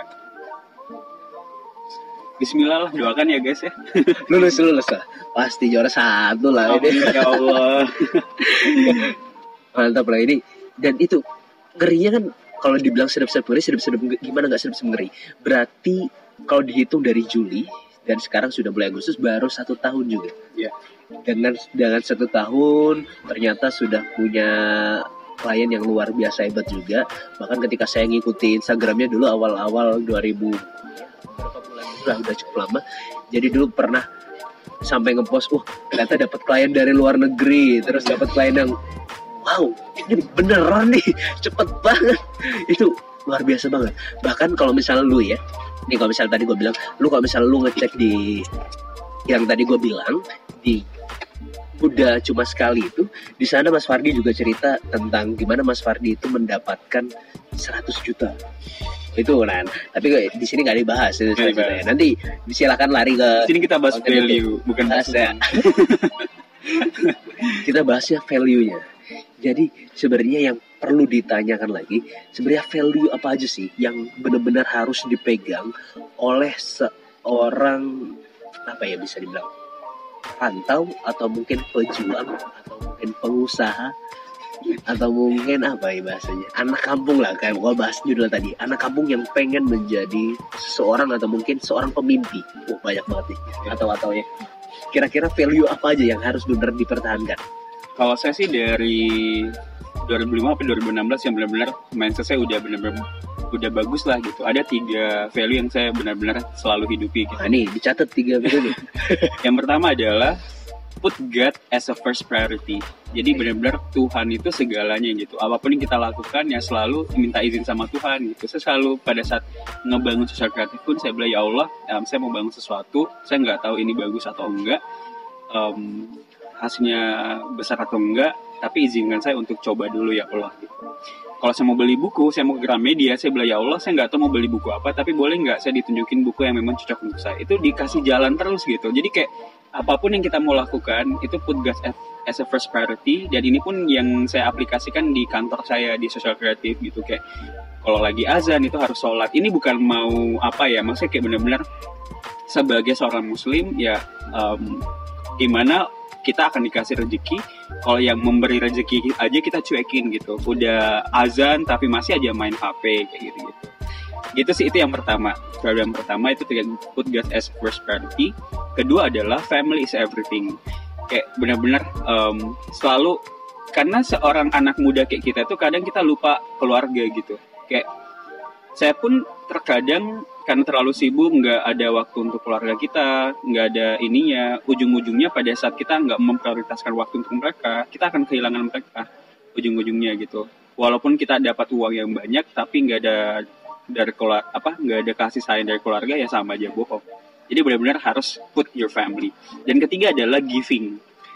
S2: Bismillah lah, doakan ya guys ya.
S1: Lulus lulus lah, pasti juara satu lah.
S2: Amin ya Allah.
S1: Mantap lah ini. Dan itu ngerinya kan kalau dibilang sedap-sedap ngeri, sedap-sedap gimana nggak sedap-sedap ngeri. Berarti kalau dihitung dari Juli dan sekarang sudah mulai Agustus, baru satu tahun juga.
S2: Iya.
S1: Dengan dengan satu tahun ternyata sudah punya klien yang luar biasa hebat juga. Bahkan ketika saya ngikuti Instagramnya dulu awal-awal dua ribu berapa bulan udah udah cukup lama. Jadi dulu pernah sampai ngepost, uh ternyata dapat klien dari luar negeri, terus dapat klien yang wow, ini beneran nih, cepet banget. Itu luar biasa banget. Bahkan kalau misalnya lu ya, nih kalau misalnya tadi gue bilang, lu kalau misalnya lu ngecek di yang tadi gue bilang di udah cuma sekali itu, di sana Mas Fardi juga cerita tentang gimana Mas Fardi itu mendapatkan seratus juta. Itu kan, tapi di sini nggak dibahas itu ya. Nanti silakan lari ke
S2: sini kita bahas value, bukan bahas ya.
S1: Kita bahasnya value-nya. Jadi sebenarnya yang perlu ditanyakan lagi, sebenarnya value apa aja sih yang benar-benar harus dipegang oleh seorang, apa ya bisa dibilang, rantau atau mungkin pejuang atau mungkin pengusaha atau mungkin apa ya bahasanya, anak kampung lah, kayak gua bahas judul tadi, anak kampung yang pengen menjadi seseorang atau mungkin seorang pemimpi. Oh, banyak banget nih atau atau ya kira-kira value apa aja yang harus benar dipertahankan?
S2: Kalau saya sih dari dua ribu lima sampai dua ribu enam belas yang benar-benar mindset saya udah benar-benar udah bagus lah gitu. Ada tiga value yang saya benar-benar selalu hidupi gitu.
S1: Nah, nih dicatat tiga value nih.
S2: Yang pertama adalah put God as a first priority. Jadi benar-benar Tuhan itu segalanya gitu. Apapun yang kita lakukan ya selalu minta izin sama Tuhan gitu. Saya selalu pada saat ngebangun sosial kreatif pun saya bilang, ya Allah, um, saya mau bangun sesuatu, saya nggak tahu ini bagus atau enggak, um, hasilnya besar atau enggak, tapi izinkan saya untuk coba dulu ya Allah gitu. Kalau saya mau beli buku, saya mau ke Gramedia, saya bilang, ya Allah, saya nggak tahu mau beli buku apa, tapi boleh nggak saya ditunjukin buku yang memang cocok untuk saya. Itu dikasih jalan terus gitu. Jadi kayak apapun yang kita mau lakukan, itu put God as a first priority. Dan ini pun yang saya aplikasikan di kantor saya, di sosial kreatif gitu. Kayak kalau lagi azan itu harus sholat. Ini bukan mau apa ya, maksudnya kayak benar-benar sebagai seorang muslim, ya um, gimana kita akan dikasih rezeki. Kalau yang memberi rezeki aja kita cuekin gitu. Udah azan tapi masih aja main H P kayak gitu-gitu. Gitu sih, itu yang pertama. Value yang pertama itu put God as first priority. Kedua adalah family is everything. Kayak benar-benar um, selalu, karena seorang anak muda kayak kita tuh kadang kita lupa keluarga gitu. Kayak saya pun terkadang karena terlalu sibuk nggak ada waktu untuk keluarga kita, nggak ada ininya, ujung-ujungnya pada saat kita nggak memprioritaskan waktu untuk mereka, kita akan kehilangan mereka ujung-ujungnya gitu. Walaupun kita dapat uang yang banyak, tapi nggak ada dari keluarga, apa nggak ada kasih sayang dari keluarga, ya sama aja bohong. Jadi benar-benar harus put your family. Dan ketiga adalah giving.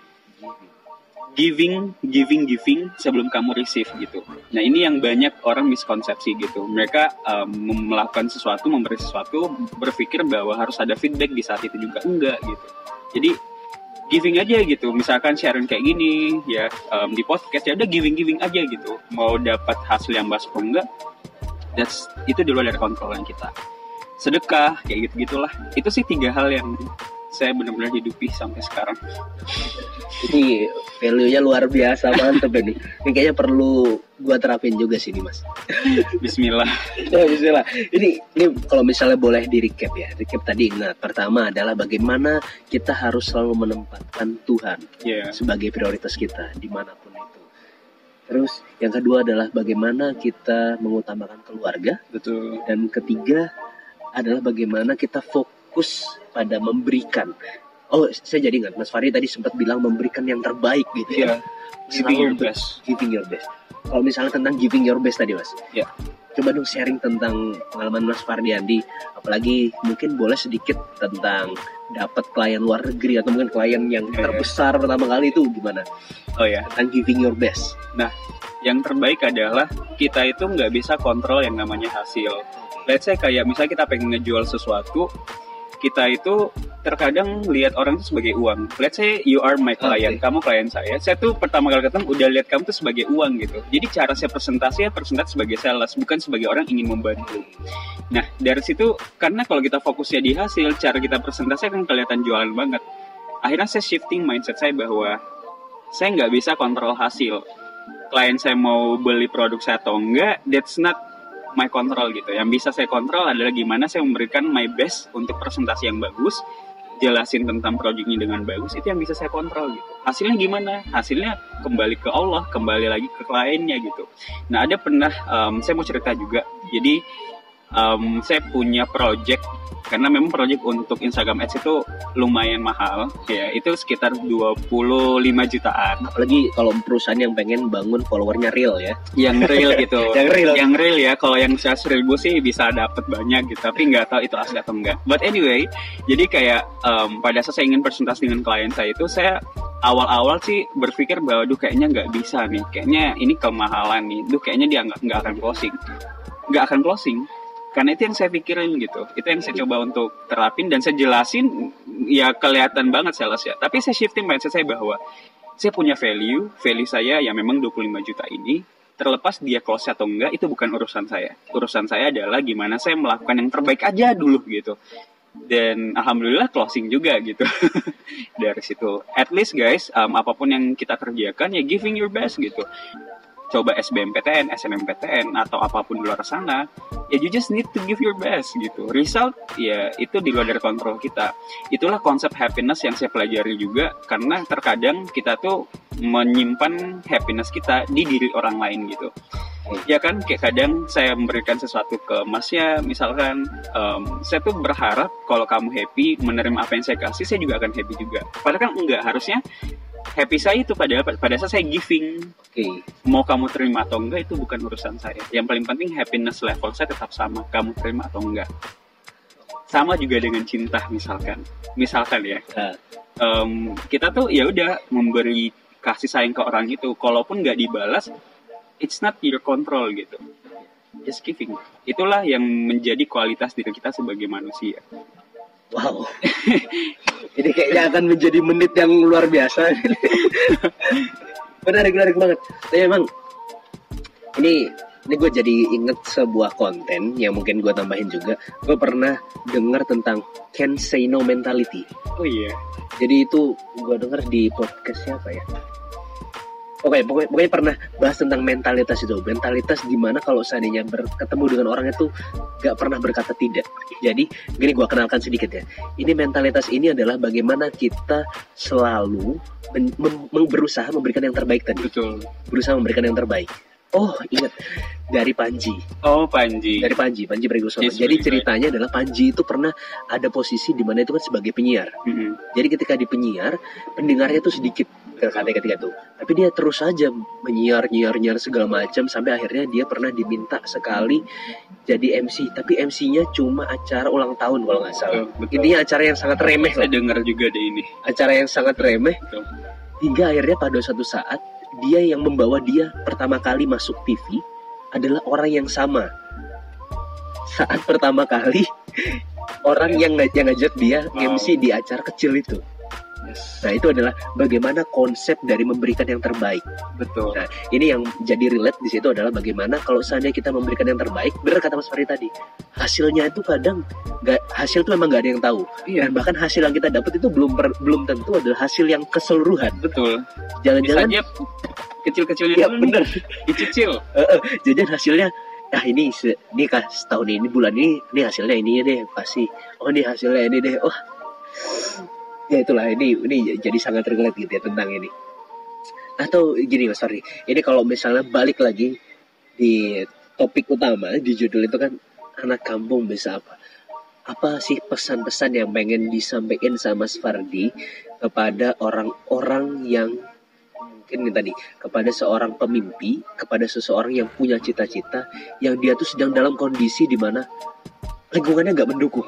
S2: Giving, giving, giving sebelum kamu receive gitu. Nah ini yang banyak orang miskonsepsi gitu. Mereka um, melakukan sesuatu, memberi sesuatu, berpikir bahwa harus ada feedback di saat itu juga. Enggak gitu. Jadi giving aja gitu. Misalkan sharing kayak gini ya um, di podcast, ya udah giving-giving aja gitu. Mau dapat hasil yang bagus atau enggak, that's, itu di luar dari kontrolan kita. Sedekah, kayak gitu-gitulah. Itu sih tiga hal yang saya benar-benar hidupi sampai sekarang.
S1: Ini value-nya luar biasa, mantep ini. Ini kayaknya perlu gua terapin juga sih nih, Mas.
S2: Bismillah.
S1: Oh, bismillah. Ini ini kalau misalnya boleh di recap ya. Recap tadi, nah pertama adalah bagaimana kita harus selalu menempatkan Tuhan yeah. sebagai prioritas kita dimanapun itu. Terus yang kedua adalah bagaimana kita mengutamakan keluarga.
S2: Betul. Dan
S1: ketiga adalah bagaimana kita fokus pada memberikan. Oh, saya jadi ingat Mas Fahri tadi sempat bilang memberikan yang terbaik gitu ya.
S2: Giving your best.
S1: Giving your best. Kalau misalnya tentang giving your best tadi, Mas.
S2: Ya.
S1: Coba dong sharing tentang pengalaman Mas Fardiandi, apalagi mungkin boleh sedikit tentang dapat klien luar negeri atau mungkin klien yang ya, terbesar ya. Pertama kali itu gimana?
S2: Oh ya,
S1: tentang giving your best.
S2: Nah, yang terbaik adalah kita itu nggak bisa kontrol yang namanya hasil. Let's say kayak misalnya kita pengen ngejual sesuatu, kita itu terkadang lihat orang itu sebagai uang. Let's say you are my client, okay. Kamu klien saya. Saya tuh pertama kali ketemu udah lihat kamu tuh sebagai uang gitu. Jadi cara saya presentasi ya presentasi sebagai sales, bukan sebagai orang ingin membantu. Nah dari situ, karena kalau kita fokusnya di hasil, cara kita presentasi akan kelihatan jualan banget. Akhirnya saya shifting mindset saya bahwa saya nggak bisa kontrol hasil. Klien saya mau beli produk saya atau enggak, that's not my control gitu. Yang bisa saya kontrol adalah gimana saya memberikan my best untuk presentasi yang bagus, jelasin tentang proyeknya dengan bagus, itu yang bisa saya kontrol gitu. Hasilnya gimana? Hasilnya kembali ke Allah, kembali lagi ke kliennya gitu. Nah ada pernah, um, saya mau cerita juga. Jadi um, saya punya project, karena memang project untuk Instagram Ads itu lumayan mahal, ya itu sekitar dua puluh lima jutaan.
S1: Apalagi kalau perusahaan yang pengen bangun followernya real ya.
S2: Yang real gitu.
S1: yang real.
S2: Yang real ya, kalau yang seribu sih bisa dapat banyak gitu, tapi nggak tahu itu asli atau enggak. But anyway, jadi kayak um, pada saat saya ingin presentasi dengan klien saya itu, saya awal-awal sih berpikir bahwa duh kayaknya nggak bisa nih, kayaknya ini kemahalan nih, duh kayaknya dia nggak nggak akan closing, nggak akan closing. Karena itu yang saya pikirin gitu, itu yang saya coba untuk terapin dan saya jelasin, ya kelihatan banget sales ya. Tapi saya shifting mindset saya bahwa saya punya value, value saya ya memang dua puluh lima juta ini, terlepas dia close atau enggak itu bukan urusan saya. Urusan saya adalah gimana saya melakukan yang terbaik aja dulu gitu. Dan alhamdulillah closing juga gitu. Dari situ at least guys, um, apapun yang kita kerjakan ya giving your best gitu. Coba S B M P T N, S N M P T N atau apapun di luar sana, ya you just need to give your best gitu. Result ya itu di luar dari kontrol kita. Itulah konsep happiness yang saya pelajari juga, karena terkadang kita tuh menyimpan happiness kita di diri orang lain gitu. Ya kan, kayak kadang saya memberikan sesuatu ke masnya, misalkan um, saya tuh berharap kalau kamu happy menerima apa yang saya kasih, saya juga akan happy juga. Padahal kan enggak, harusnya happy saya itu pada pada saat saya giving.
S1: Oke. Okay.
S2: Mau kamu terima atau enggak itu bukan urusan saya. Yang paling penting happiness level saya tetap sama, kamu terima atau enggak. Sama juga dengan cinta misalkan. Misalkan ya. Uh. Um, kita tuh ya udah memberi kasih sayang ke orang itu, kalaupun nggak dibalas, it's not your control gitu. Just giving. Itulah yang menjadi kualitas diri kita sebagai manusia.
S1: Wow. Ini kayaknya akan menjadi menit yang luar biasa. Menarik, menarik banget. Tapi emang ini ini gue jadi inget sebuah konten yang mungkin gue tambahin juga. Gue pernah dengar tentang can say no mentality.
S2: Oh iya.
S1: Jadi itu gue dengar di podcast siapa ya? Oke, okay, pokoknya, pokoknya pernah bahas tentang mentalitas itu. Mentalitas gimana kalau seandainya berketemu dengan orang itu gak pernah berkata tidak. Jadi, gini gue kenalkan sedikit ya. Ini mentalitas ini adalah bagaimana kita selalu men- mem- berusaha memberikan yang terbaik tadi.
S2: Betul.
S1: Berusaha memberikan yang terbaik. Oh, ingat. Dari Panji.
S2: Oh, Panji.
S1: Dari Panji, Panji Pragiwaksono. Jadi ceritanya adalah Panji itu pernah ada posisi di mana itu kan sebagai penyiar. Mm-hmm. Jadi ketika di penyiar, pendengarnya itu sedikit ketika itu. Tapi dia terus saja menyiar, nyiar, nyiar segala macam sampai akhirnya dia pernah diminta sekali jadi M C. Tapi M C-nya cuma acara ulang tahun kalau nggak salah. Betul. Intinya acara yang sangat remeh.
S2: Saya dengar juga deh ini.
S1: Acara yang sangat remeh.
S2: Betul.
S1: Hingga akhirnya pada suatu saat dia yang membawa dia pertama kali masuk T V adalah orang yang sama. Saat pertama kali orang yang yang ngajak dia wow. M C di acara kecil itu. Yes. Nah itu adalah bagaimana konsep dari memberikan yang terbaik.
S2: Betul.
S1: Nah ini yang jadi relate di situ adalah bagaimana kalau seandainya kita memberikan yang terbaik, benar kata Mas Fahri tadi, hasilnya itu kadang gak, hasil itu memang nggak ada yang tahu. Iya. Dan bahkan hasil yang kita dapat itu belum per, belum tentu adalah hasil yang keseluruhan.
S2: Betul.
S1: Jangan-jangan
S2: bisa aja kecil-kecilnya
S1: ya,
S2: dulu
S1: bener.
S2: Dicicil.
S1: uh, uh, Jadi hasilnya ah ini ini kah setahun ini bulan ini ini hasilnya ini deh pasti. Oh ini hasilnya ini deh. Oh ya itulah ini ini jadi sangat relate gitu ya tentang ini. Atau gini Mas Fahri, ini kalau misalnya balik lagi di topik utama di judul itu kan anak kampung bisa apa? Apa sih pesan-pesan yang pengen disampaikan sama Mas Fardi kepada orang-orang yang mungkin tadi kepada seorang pemimpi, kepada seseorang yang punya cita-cita, yang dia tuh sedang dalam kondisi di mana lingkungannya nggak mendukung.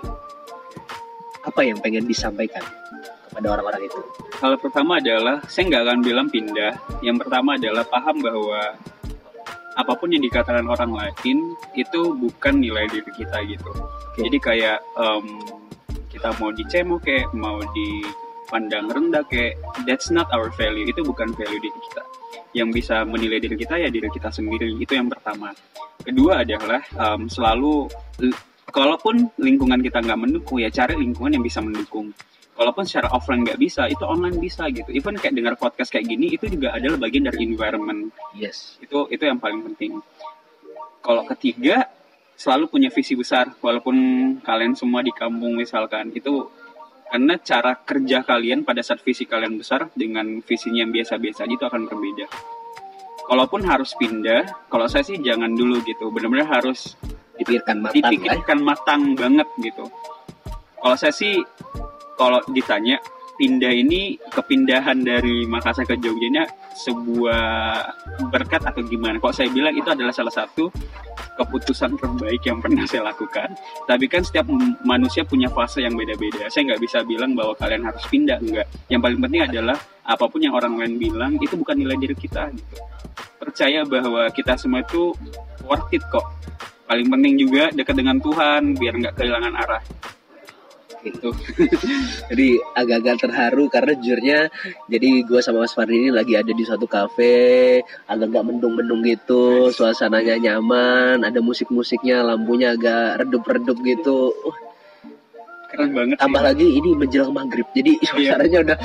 S1: Apa yang pengen disampaikan kepada orang-orang itu?
S2: Hal pertama adalah saya nggak akan bilang pindah. Yang pertama adalah paham bahwa apapun yang dikatakan orang lain itu bukan nilai diri kita gitu. Okay. Jadi kayak um, kita mau dicemo kayak mau dipandang rendah kayak that's not our value. Itu bukan value diri kita. Yang bisa menilai diri kita ya diri kita sendiri. Itu yang pertama. Kedua adalah um, selalu kalaupun lingkungan kita nggak mendukung ya cari lingkungan yang bisa mendukung. Walaupun secara offline nggak bisa, itu online bisa gitu. Even kayak dengar podcast kayak gini, itu juga adalah bagian dari environment.
S1: Yes.
S2: Itu itu yang paling penting. Kalau ketiga, selalu punya visi besar. Walaupun kalian semua di kampung misalkan, itu karena cara kerja kalian pada saat visi kalian besar dengan visinya yang biasa-biasa itu akan berbeda. Kalaupun harus pindah, kalau saya sih jangan dulu gitu. Benar-benar harus
S1: dipikirkan matang,
S2: dipikirkan lah. matang banget gitu. Kalau saya sih kalau ditanya pindah ini kepindahan dari Makassar ke Jogjanya sebuah berkat atau gimana? Kalau saya bilang itu adalah salah satu keputusan terbaik yang pernah saya lakukan. Tapi kan setiap manusia punya fase yang beda-beda. Saya nggak bisa bilang bahwa kalian harus pindah, enggak. Yang paling penting adalah apapun yang orang lain bilang itu bukan nilai diri kita gitu. Percaya bahwa kita semua itu worth it kok. Paling penting juga dekat dengan Tuhan biar nggak kehilangan arah. Itu.
S1: Jadi agak-agak terharu karena jujurnya, jadi gue sama Mas Fardi ini lagi ada di suatu kafe, agak-agak mendung-mendung gitu, suasananya nyaman, ada musik-musiknya, lampunya agak redup-redup gitu. Uh,
S2: Keren banget.
S1: Tambah
S2: sih.
S1: lagi ini menjelang maghrib, jadi suasananya udah.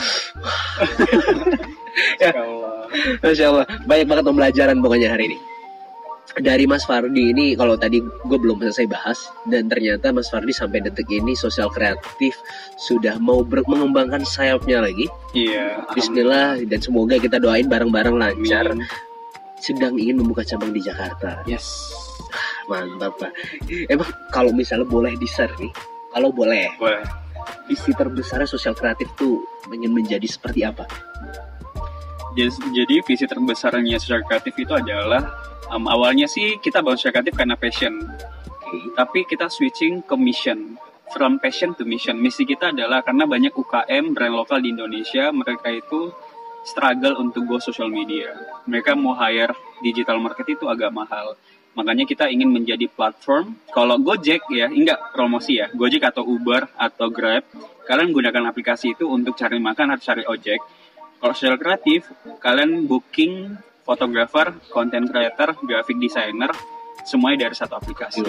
S1: Ya, Masya Allah, banyak banget pembelajaran pokoknya hari ini. Dari Mas Fardi ini, kalau tadi gue belum selesai bahas, dan ternyata Mas Fardi sampai detik ini sosial kreatif sudah mau ber- mengembangkan sayapnya lagi.
S2: Iya.
S1: Bismillah, dan semoga kita doain bareng-bareng lancar.
S2: Amin.
S1: Sedang ingin membuka cabang di Jakarta.
S2: Yes.
S1: Mantap Pak. Emang kalau misalnya boleh di-share nih, kalau boleh,
S2: Boleh.
S1: visi terbesarnya sosial kreatif tuh ingin menjadi seperti apa?
S2: Jadi, jadi visi terbesarnya sosial kreatif itu adalah um, awalnya sih kita bangun sosial kreatif karena passion.
S1: Okay.
S2: Tapi kita switching ke mission. From passion to mission. Misi kita adalah karena banyak U K M, brand lokal di Indonesia, mereka itu struggle untuk go social media. Mereka mau hire digital market itu agak mahal. Makanya kita ingin menjadi platform. Kalau Gojek ya, enggak promosi ya. Gojek atau Uber atau Grab, kalian gunakan aplikasi itu untuk cari makan atau cari ojek. Kalau social kreatif, kalian booking fotografer, content creator, graphic designer, semuanya dari satu aplikasi.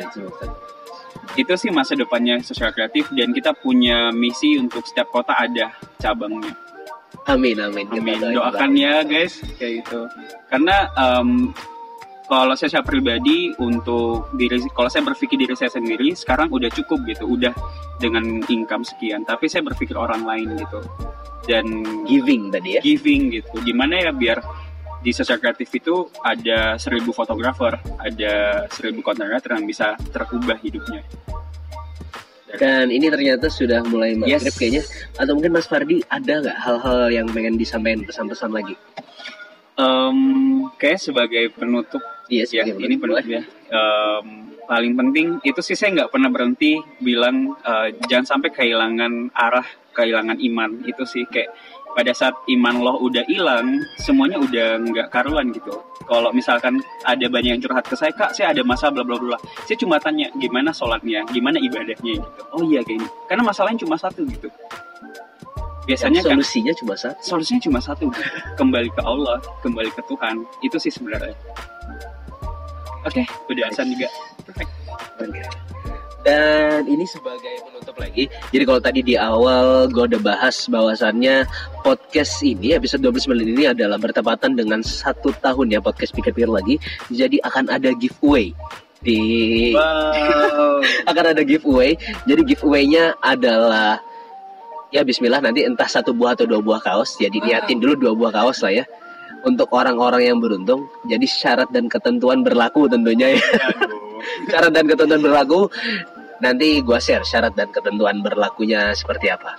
S2: Itu sih masa depannya sosial kreatif, dan kita punya misi untuk setiap kota ada cabangnya.
S1: Amin, amin.
S2: Amin. Doakan ya guys, kayak gitu. Karena um, kalau saya secara pribadi untuk diri, kalau saya berpikir diri saya sendiri sekarang udah cukup gitu, udah dengan income sekian. Tapi saya berpikir orang lain gitu, dan
S1: Giving tadi ya.
S2: giving gitu. Gimana ya biar di sosial kreatif itu ada seribu fotografer, ada seribu content creator yang bisa terubah hidupnya.
S1: Dan ini ternyata sudah mulai maghrib
S2: Yes.
S1: kayaknya. Atau mungkin Mas Fardi ada nggak hal-hal yang pengen disampaikan, pesan-pesan lagi?
S2: Um, kayak sebagai penutup,
S1: Iya,
S2: ya
S1: sebagai
S2: ini
S1: penutup,
S2: penutup ya. Um, paling penting itu sih saya nggak pernah berhenti bilang uh, jangan sampai kehilangan arah, kehilangan iman. Itu sih kayak pada saat iman lo udah hilang, semuanya udah nggak karuan gitu. Kalau misalkan ada banyak yang curhat ke saya, Kak, saya ada masalah bla bla bla. Saya cuma tanya gimana sholatnya, gimana ibadahnya gitu. Oh iya kayak ini. Karena masalahnya cuma satu gitu. Biasanya kan
S1: solusinya cuma satu.
S2: solusinya cuma satu, kembali ke Allah, kembali ke Tuhan. Itu sih sebenarnya. Oke, udah azan juga. Perfect.
S1: Dan ini sebagai penutup lagi. Jadi kalau tadi di awal gue udah bahas bahwasannya podcast ini, episode dua puluh sembilan ini adalah bertepatan dengan satu tahun ya podcast Pikir-Pikir Lagi. Jadi akan ada giveaway di
S2: Wow.
S1: akan ada giveaway. Jadi giveaway-nya adalah ya bismillah, nanti entah satu buah atau dua buah kaos. Jadi niatin dulu dua buah kaos lah ya, untuk orang-orang yang beruntung. Jadi syarat dan ketentuan berlaku tentunya ya.
S2: Aduh.
S1: Syarat dan ketentuan berlaku. Nanti gua share syarat dan ketentuan berlakunya seperti apa.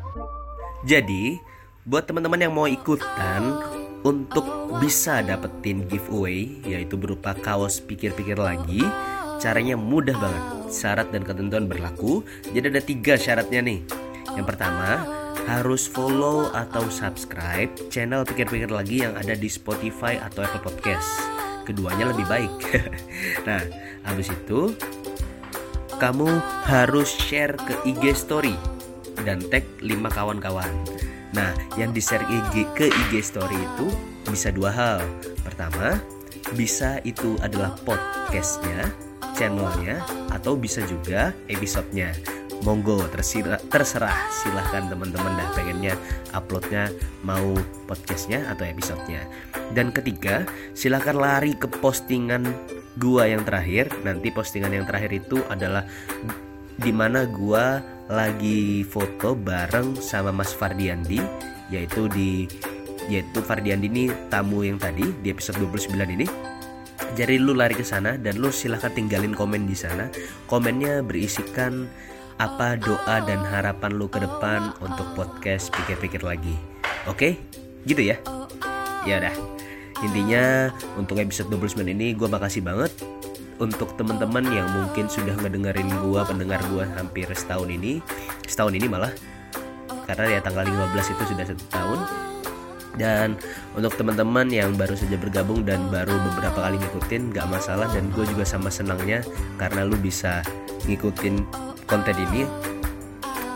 S1: Jadi buat teman-teman yang mau ikutan untuk bisa dapetin giveaway, yaitu berupa kaos Pikir-Pikir Lagi, caranya mudah banget. Syarat dan ketentuan berlaku. Jadi ada tiga syaratnya nih. Yang pertama, harus follow atau subscribe channel Pikir-Pikir Lagi yang ada di Spotify atau Apple Podcast. Keduanya lebih baik. Nah, habis itu kamu harus share ke I G story dan tag lima kawan-kawan. Nah, yang di-share ke I G story itu bisa dua hal. Pertama, bisa itu adalah podcastnya, channelnya, atau bisa juga episodenya. Monggo, terserah, terserah silahkan teman-teman dah pengennya uploadnya mau podcastnya atau episodenya. Dan ketiga, silahkan lari ke postingan gua yang terakhir. Nanti postingan yang terakhir itu adalah dimana gua lagi foto bareng sama Mas Fardiandi, yaitu di yaitu Fardiandi ini tamu yang tadi di episode dua puluh sembilan ini. Jadi lu lari ke sana dan lu silahkan tinggalin komen di sana. Komennya berisikan apa doa dan harapan lu ke depan untuk podcast Pikir-Pikir Lagi. Oke? Gitu ya? Ya udah. Intinya untuk episode dua puluh sembilan ini gue makasih banget untuk teman-teman yang mungkin sudah ngedengerin gue, pendengar gue hampir setahun ini. Setahun ini malah. Karena ya tanggal lima belas itu sudah satu tahun. Dan untuk teman-teman yang baru saja bergabung dan baru beberapa kali ngikutin, gak masalah. Dan gue juga sama senangnya karena lu bisa ngikutin konten ini.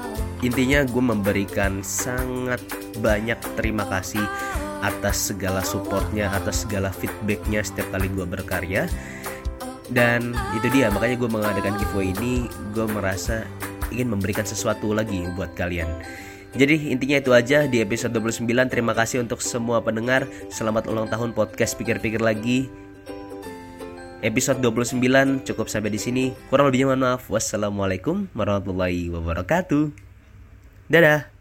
S1: Intinya gue memberikan sangat banyak terima kasih atas segala supportnya, atas segala feedbacknya setiap kali gue berkarya. Dan itu dia, makanya gue mengadakan giveaway ini. Gue merasa ingin memberikan sesuatu lagi buat kalian. Jadi intinya itu aja di episode dua puluh sembilan. Terima kasih untuk semua pendengar. Selamat ulang tahun podcast Pikir-Pikir Lagi. Episode dua puluh sembilan cukup sampai di sini. Kurang lebihnya mohon maaf. Wassalamualaikum warahmatullahi wabarakatuh. Dadah.